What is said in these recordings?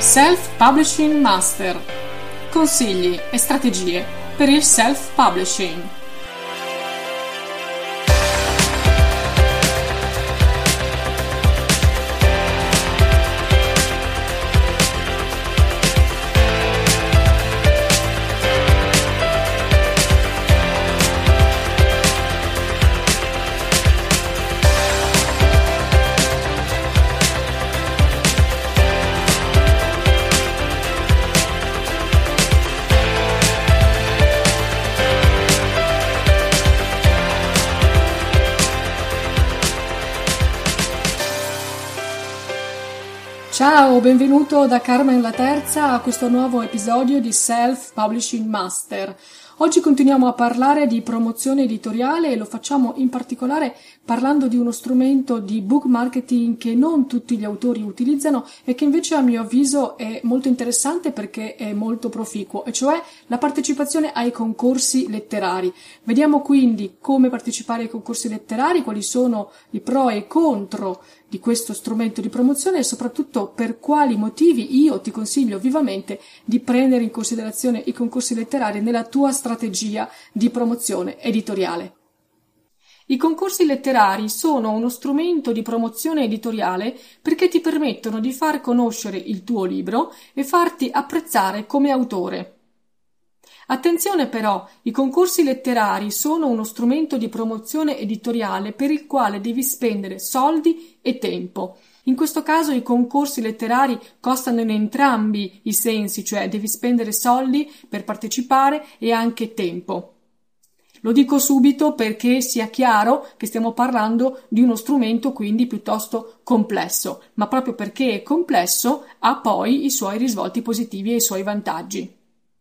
Self-Publishing Master. Consigli e strategie per il self-publishing. Ciao, benvenuto da Carmen la Terza a questo nuovo episodio di Self-Publishing Master. Oggi continuiamo a parlare di promozione editoriale e lo facciamo in particolare parlando di uno strumento di book marketing che non tutti gli autori utilizzano e che invece a mio avviso è molto interessante perché è molto proficuo, e cioè la partecipazione ai concorsi letterari. Vediamo quindi come partecipare ai concorsi letterari, quali sono i pro e i contro di questo strumento di promozione e soprattutto per quali motivi io ti consiglio vivamente di prendere in considerazione i concorsi letterari nella tua strategia di promozione editoriale. I concorsi letterari sono uno strumento di promozione editoriale perché ti permettono di far conoscere il tuo libro e farti apprezzare come autore. Attenzione però, i concorsi letterari sono uno strumento di promozione editoriale per il quale devi spendere soldi e tempo. In questo caso i concorsi letterari costano in entrambi i sensi, cioè devi spendere soldi per partecipare e anche tempo. Lo dico subito perché sia chiaro che stiamo parlando di uno strumento quindi piuttosto complesso, ma proprio perché è complesso ha poi i suoi risvolti positivi e i suoi vantaggi.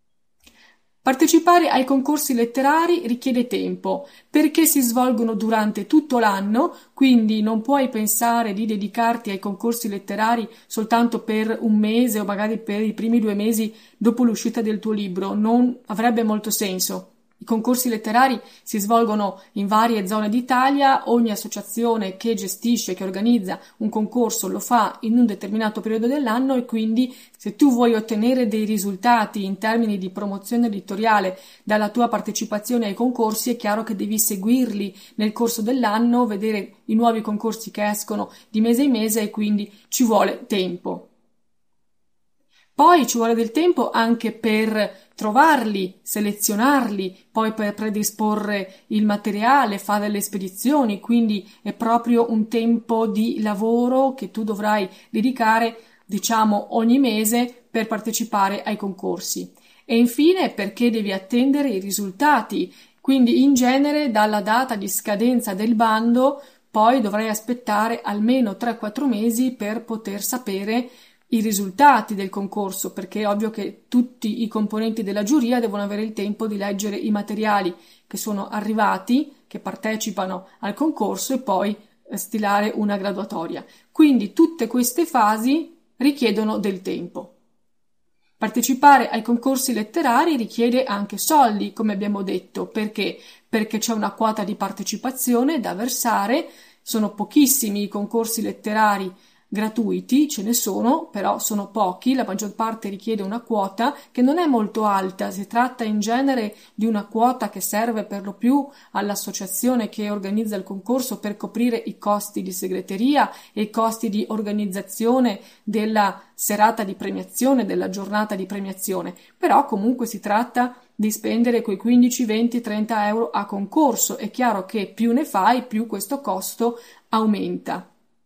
Partecipare ai concorsi letterari richiede tempo, perché si svolgono durante tutto l'anno, quindi non puoi pensare di dedicarti ai concorsi letterari soltanto per un mese o magari per i primi 2 mesi dopo l'uscita del tuo libro, non avrebbe molto senso. I concorsi letterari si svolgono in varie zone d'Italia, ogni associazione che gestisce, che organizza un concorso lo fa in un determinato periodo dell'anno e quindi se tu vuoi ottenere dei risultati in termini di promozione editoriale dalla tua partecipazione ai concorsi è chiaro che devi seguirli nel corso dell'anno, vedere i nuovi concorsi che escono di mese in mese e quindi ci vuole tempo. Poi ci vuole del tempo anche per trovarli, selezionarli, poi per predisporre il materiale, fare le spedizioni, quindi è proprio un tempo di lavoro che tu dovrai dedicare, ogni mese per partecipare ai concorsi. E infine perché devi attendere i risultati, quindi in genere dalla data di scadenza del bando poi dovrai aspettare almeno 3-4 mesi per poter sapere i risultati del concorso, perché è ovvio che tutti i componenti della giuria devono avere il tempo di leggere i materiali che sono arrivati, che partecipano al concorso e poi stilare una graduatoria. Quindi tutte queste fasi richiedono del tempo. Partecipare ai concorsi letterari richiede anche soldi, come abbiamo detto, perché c'è una quota di partecipazione da versare, sono pochissimi i concorsi letterari gratuiti, ce ne sono, però sono pochi, la maggior parte richiede una quota che non è molto alta, si tratta in genere di una quota che serve per lo più all'associazione che organizza il concorso per coprire i costi di segreteria e i costi di organizzazione della serata di premiazione, della giornata di premiazione, però comunque si tratta di spendere quei 15, 20, 30 euro a concorso, è chiaro che più ne fai, più questo costo aumenta.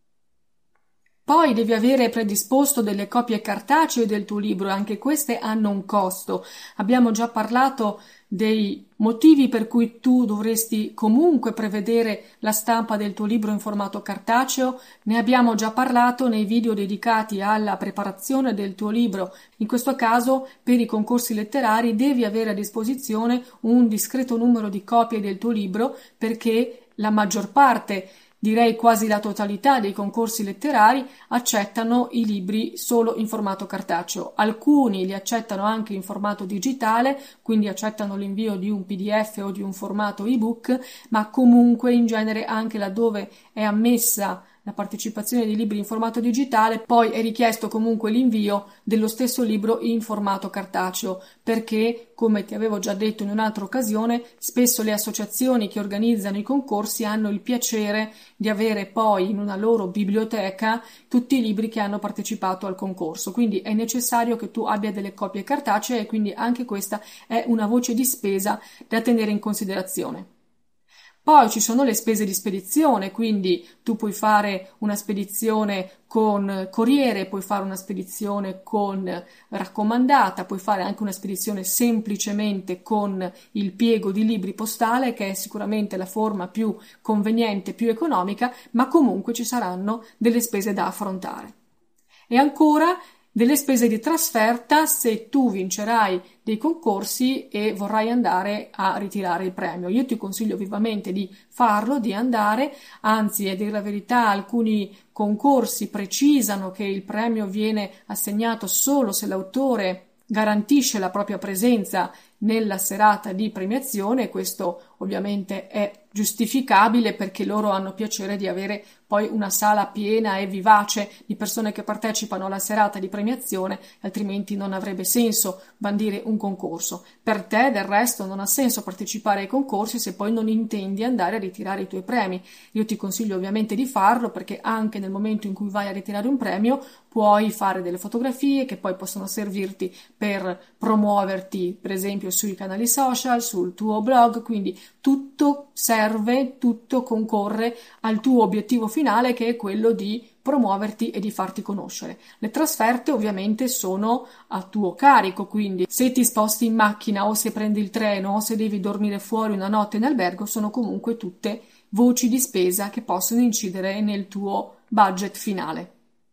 Poi devi avere predisposto delle copie cartacee del tuo libro, anche queste hanno un costo. Abbiamo già parlato dei motivi per cui tu dovresti comunque prevedere la stampa del tuo libro in formato cartaceo, ne abbiamo già parlato nei video dedicati alla preparazione del tuo libro. In questo caso, per i concorsi letterari devi avere a disposizione un discreto numero di copie del tuo libro perché la maggior parte, direi quasi la totalità dei concorsi letterari accettano i libri solo in formato cartaceo. Alcuni li accettano anche in formato digitale, quindi accettano l'invio di un PDF o di un formato ebook, ma comunque in genere anche laddove è ammessa la partecipazione di libri in formato digitale, poi è richiesto comunque l'invio dello stesso libro in formato cartaceo, perché, come ti avevo già detto in un'altra occasione, spesso le associazioni che organizzano i concorsi hanno il piacere di avere poi in una loro biblioteca tutti i libri che hanno partecipato al concorso, quindi è necessario che tu abbia delle copie cartacee e quindi anche questa è una voce di spesa da tenere in considerazione. Poi ci sono le spese di spedizione, quindi tu puoi fare una spedizione con corriere, puoi fare una spedizione con raccomandata, puoi fare anche una spedizione semplicemente con il piego di libri postale, che è sicuramente la forma più conveniente, più economica, ma comunque ci saranno delle spese da affrontare. E ancora delle spese di trasferta se tu vincerai dei concorsi e vorrai andare a ritirare il premio. Io ti consiglio vivamente di farlo, di andare, anzi, a dire la verità, alcuni concorsi precisano che il premio viene assegnato solo se l'autore garantisce la propria presenza nella serata di premiazione, e questo ovviamente è giustificabile perché loro hanno piacere di avere poi una sala piena e vivace di persone che partecipano alla serata di premiazione, altrimenti non avrebbe senso bandire un concorso. Per te, del resto, non ha senso partecipare ai concorsi se poi non intendi andare a ritirare i tuoi premi. Io ti consiglio ovviamente di farlo perché anche nel momento in cui vai a ritirare un premio puoi fare delle fotografie che poi possono servirti per promuoverti, per esempio, sui canali social, sul tuo blog, quindi tutto serve, tutto concorre al tuo obiettivo finale, che è quello di promuoverti e di farti conoscere. Le trasferte ovviamente sono a tuo carico, quindi se ti sposti in macchina o se prendi il treno o se devi dormire fuori una notte in albergo, sono comunque tutte voci di spesa che possono incidere nel tuo budget finale.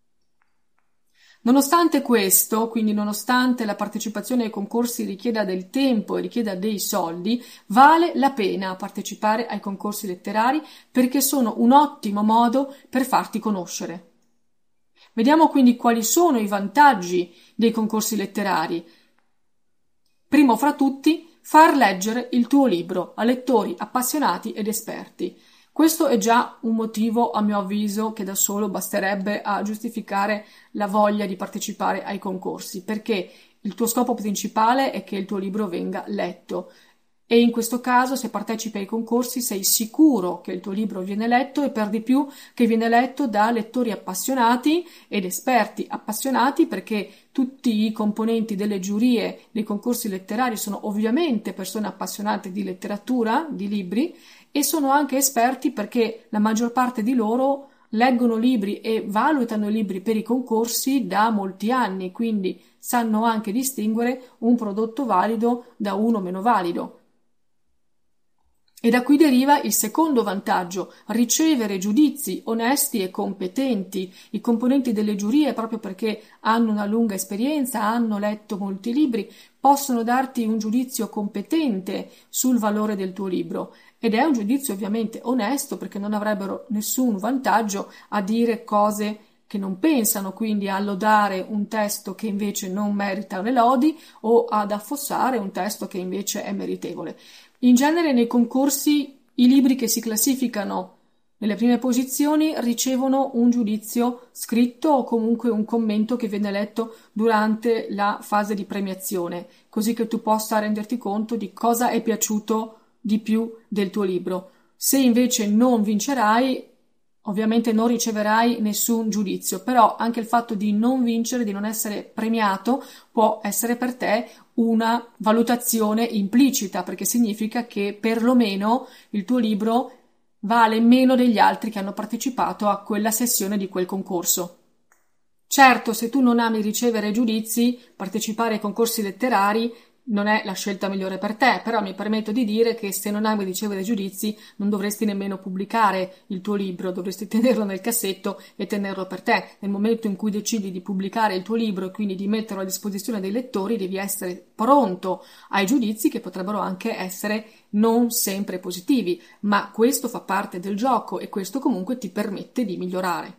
Nonostante questo, quindi nonostante la partecipazione ai concorsi richieda del tempo e richieda dei soldi, vale la pena partecipare ai concorsi letterari perché sono un ottimo modo per farti conoscere. Vediamo quindi quali sono i vantaggi dei concorsi letterari. Primo fra tutti, far leggere il tuo libro a lettori appassionati ed esperti. Questo è già un motivo, a mio avviso, che da solo basterebbe a giustificare la voglia di partecipare ai concorsi, perché il tuo scopo principale è che il tuo libro venga letto. E in questo caso, se partecipi ai concorsi, sei sicuro che il tuo libro viene letto e per di più che viene letto da lettori appassionati ed esperti appassionati, perché tutti i componenti delle giurie dei concorsi letterari sono ovviamente persone appassionate di letteratura, di libri, e sono anche esperti perché la maggior parte di loro leggono libri e valutano i libri per i concorsi da molti anni, quindi sanno anche distinguere un prodotto valido da uno meno valido. E da qui deriva il secondo vantaggio: ricevere giudizi onesti e competenti. I componenti delle giurie, proprio perché hanno una lunga esperienza, hanno letto molti libri, possono darti un giudizio competente sul valore del tuo libro. Ed è un giudizio ovviamente onesto, perché non avrebbero nessun vantaggio a dire cose che non pensano, quindi a lodare un testo che invece non merita le lodi o ad affossare un testo che invece è meritevole. In genere nei concorsi i libri che si classificano nelle prime posizioni ricevono un giudizio scritto o comunque un commento che viene letto durante la fase di premiazione, così che tu possa renderti conto di cosa è piaciuto di più del tuo libro. Se invece non vincerai, ovviamente non riceverai nessun giudizio, però anche il fatto di non vincere, di non essere premiato, può essere per te una valutazione implicita, perché significa che perlomeno il tuo libro vale meno degli altri che hanno partecipato a quella sessione di quel concorso. Certo, se tu non ami ricevere giudizi, partecipare ai concorsi letterari non è la scelta migliore per te, però mi permetto di dire che se non ami ricevere giudizi non dovresti nemmeno pubblicare il tuo libro, dovresti tenerlo nel cassetto e tenerlo per te. Nel momento in cui decidi di pubblicare il tuo libro e quindi di metterlo a disposizione dei lettori, devi essere pronto ai giudizi che potrebbero anche essere non sempre positivi, ma questo fa parte del gioco e questo comunque ti permette di migliorare.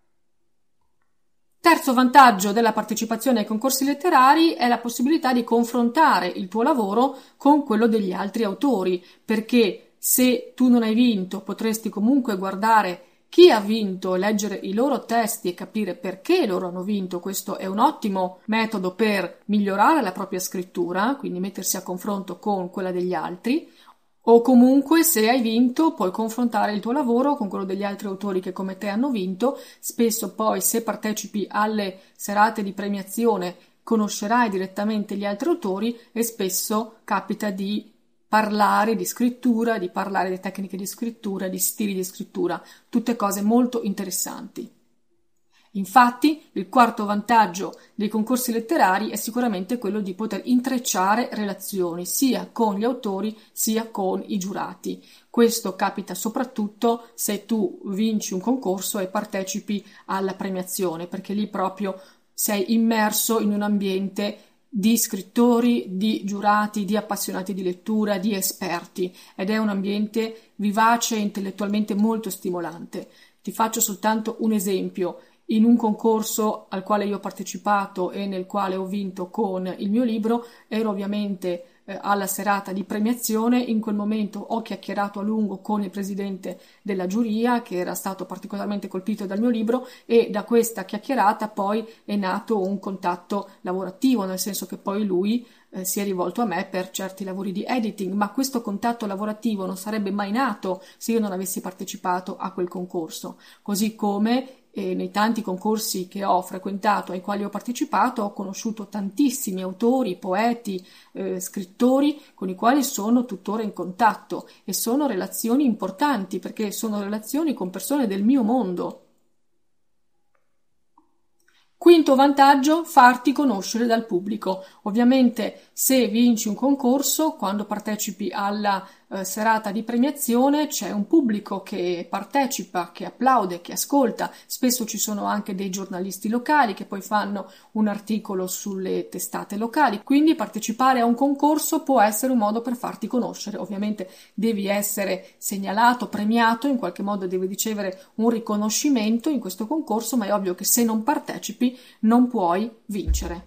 Terzo vantaggio della partecipazione ai concorsi letterari è la possibilità di confrontare il tuo lavoro con quello degli altri autori, perché se tu non hai vinto potresti comunque guardare chi ha vinto, leggere i loro testi e capire perché loro hanno vinto. Questo è un ottimo metodo per migliorare la propria scrittura, quindi mettersi a confronto con quella degli altri. O comunque, se hai vinto, puoi confrontare il tuo lavoro con quello degli altri autori che come te hanno vinto. Spesso poi, se partecipi alle serate di premiazione, conoscerai direttamente gli altri autori e spesso capita di parlare di scrittura, di parlare di tecniche di scrittura, di stili di scrittura, tutte cose molto interessanti. Infatti, il quarto vantaggio dei concorsi letterari è sicuramente quello di poter intrecciare relazioni sia con gli autori sia con i giurati. Questo capita soprattutto se tu vinci un concorso e partecipi alla premiazione, perché lì proprio sei immerso in un ambiente di scrittori, di giurati, di appassionati di lettura, di esperti, ed è un ambiente vivace e intellettualmente molto stimolante. Ti faccio soltanto un esempio. In un concorso al quale io ho partecipato e nel quale ho vinto con il mio libro, ero ovviamente alla serata di premiazione. In quel momento ho chiacchierato a lungo con il presidente della giuria, che era stato particolarmente colpito dal mio libro, e da questa chiacchierata poi è nato un contatto lavorativo, nel senso che poi lui si è rivolto a me per certi lavori di editing, ma questo contatto lavorativo non sarebbe mai nato se io non avessi partecipato a quel concorso. Così come nei tanti concorsi che ho frequentato, ai quali ho partecipato, ho conosciuto tantissimi autori, poeti, scrittori con i quali sono tuttora in contatto, e sono relazioni importanti perché sono relazioni con persone del mio mondo. Quinto vantaggio, farti conoscere dal pubblico. Ovviamente se vinci un concorso, quando partecipi alla serata di premiazione, c'è un pubblico che partecipa, che applaude, che ascolta. Spesso ci sono anche dei giornalisti locali che poi fanno un articolo sulle testate locali. Quindi partecipare a un concorso può essere un modo per farti conoscere. Ovviamente devi essere segnalato, premiato, in qualche modo devi ricevere un riconoscimento in questo concorso, ma è ovvio che se non partecipi non puoi vincere.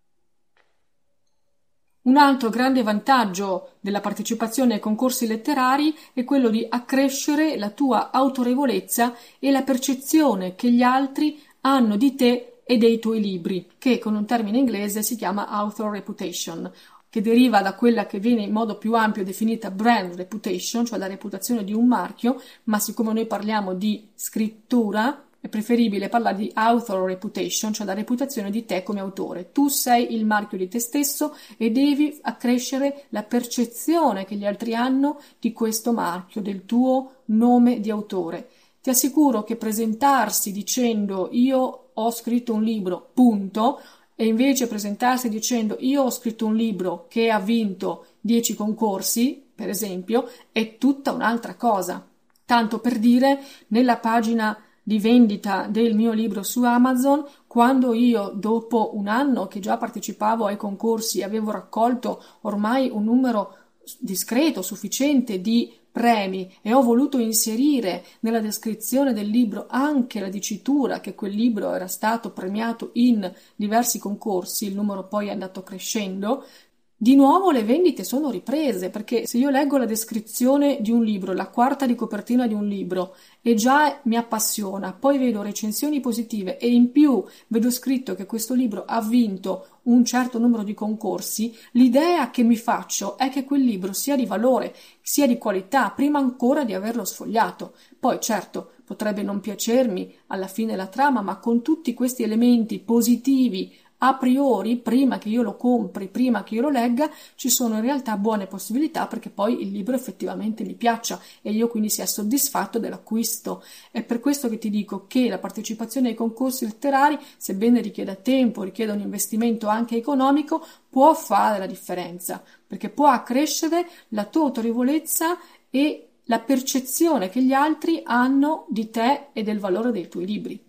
Un altro grande vantaggio della partecipazione ai concorsi letterari è quello di accrescere la tua autorevolezza e la percezione che gli altri hanno di te e dei tuoi libri, che con un termine inglese si chiama author reputation, che deriva da quella che viene in modo più ampio definita brand reputation, cioè la reputazione di un marchio, ma siccome noi parliamo di scrittura, è preferibile parlare di author reputation, cioè la reputazione di te come autore. Tu sei il marchio di te stesso e devi accrescere la percezione che gli altri hanno di questo marchio, del tuo nome di autore. Ti assicuro che presentarsi dicendo io ho scritto un libro, punto, e invece presentarsi dicendo io ho scritto un libro che ha vinto 10 concorsi, per esempio, è tutta un'altra cosa. Tanto per dire, nella pagina di vendita del mio libro su Amazon, quando io dopo un anno che già partecipavo ai concorsi avevo raccolto ormai un numero discreto, sufficiente di premi, e ho voluto inserire nella descrizione del libro anche la dicitura che quel libro era stato premiato in diversi concorsi, il numero poi è andato crescendo. Di nuovo le vendite sono riprese, perché se io leggo la descrizione di un libro, la quarta di copertina di un libro, e già mi appassiona, poi vedo recensioni positive e in più vedo scritto che questo libro ha vinto un certo numero di concorsi, l'idea che mi faccio è che quel libro sia di valore, sia di qualità, prima ancora di averlo sfogliato. Poi certo, potrebbe non piacermi alla fine la trama, ma con tutti questi elementi positivi a priori, prima che io lo compri, prima che io lo legga, ci sono in realtà buone possibilità perché poi il libro effettivamente mi piaccia e io quindi sia soddisfatto dell'acquisto. È per questo che ti dico che la partecipazione ai concorsi letterari, sebbene richieda tempo, richieda un investimento anche economico, può fare la differenza, perché può accrescere la tua autorevolezza e la percezione che gli altri hanno di te e del valore dei tuoi libri.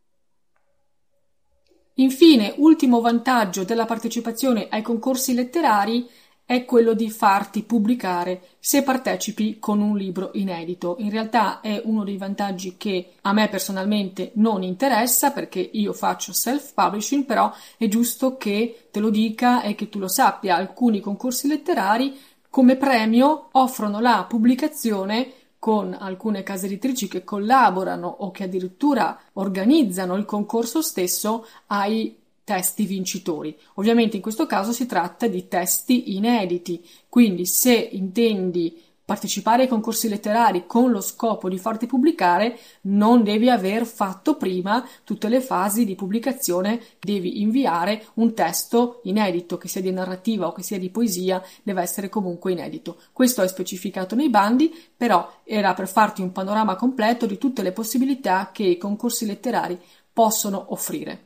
Infine, ultimo vantaggio della partecipazione ai concorsi letterari è quello di farti pubblicare se partecipi con un libro inedito. In realtà è uno dei vantaggi che a me personalmente non interessa perché io faccio self-publishing, però è giusto che te lo dica e che tu lo sappia. Alcuni concorsi letterari come premio offrono la pubblicazione con alcune case editrici che collaborano o che addirittura organizzano il concorso stesso ai testi vincitori. Ovviamente in questo caso si tratta di testi inediti, quindi se intendi partecipare ai concorsi letterari con lo scopo di farti pubblicare, non devi aver fatto prima tutte le fasi di pubblicazione, devi inviare un testo inedito, che sia di narrativa o che sia di poesia, deve essere comunque inedito. Questo è specificato nei bandi, però era per farti un panorama completo di tutte le possibilità che i concorsi letterari possono offrire.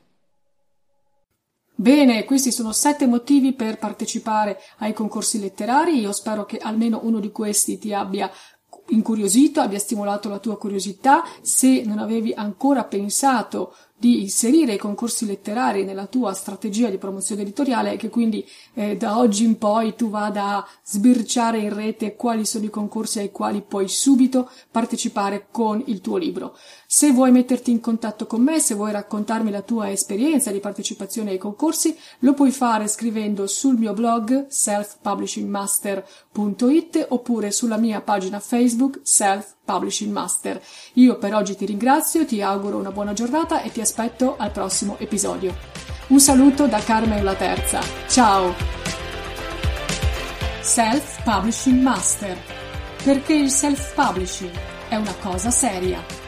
Bene, questi sono 7 motivi per partecipare ai concorsi letterari. Io spero che almeno uno di questi ti abbia incuriosito, abbia stimolato la tua curiosità. Se non avevi ancora pensato di inserire i concorsi letterari nella tua strategia di promozione editoriale, che quindi da oggi in poi tu vada a sbirciare in rete quali sono i concorsi ai quali puoi subito partecipare con il tuo libro. Se vuoi metterti in contatto con me, se vuoi raccontarmi la tua esperienza di partecipazione ai concorsi, lo puoi fare scrivendo sul mio blog selfpublishingmaster.it oppure sulla mia pagina Facebook Self Publishing Master. Io per oggi ti ringrazio, ti auguro una buona giornata e ti aspetto al prossimo episodio. Un saluto da Carmen la Terza. Ciao! Self Publishing Master. Perché il self-publishing è una cosa seria.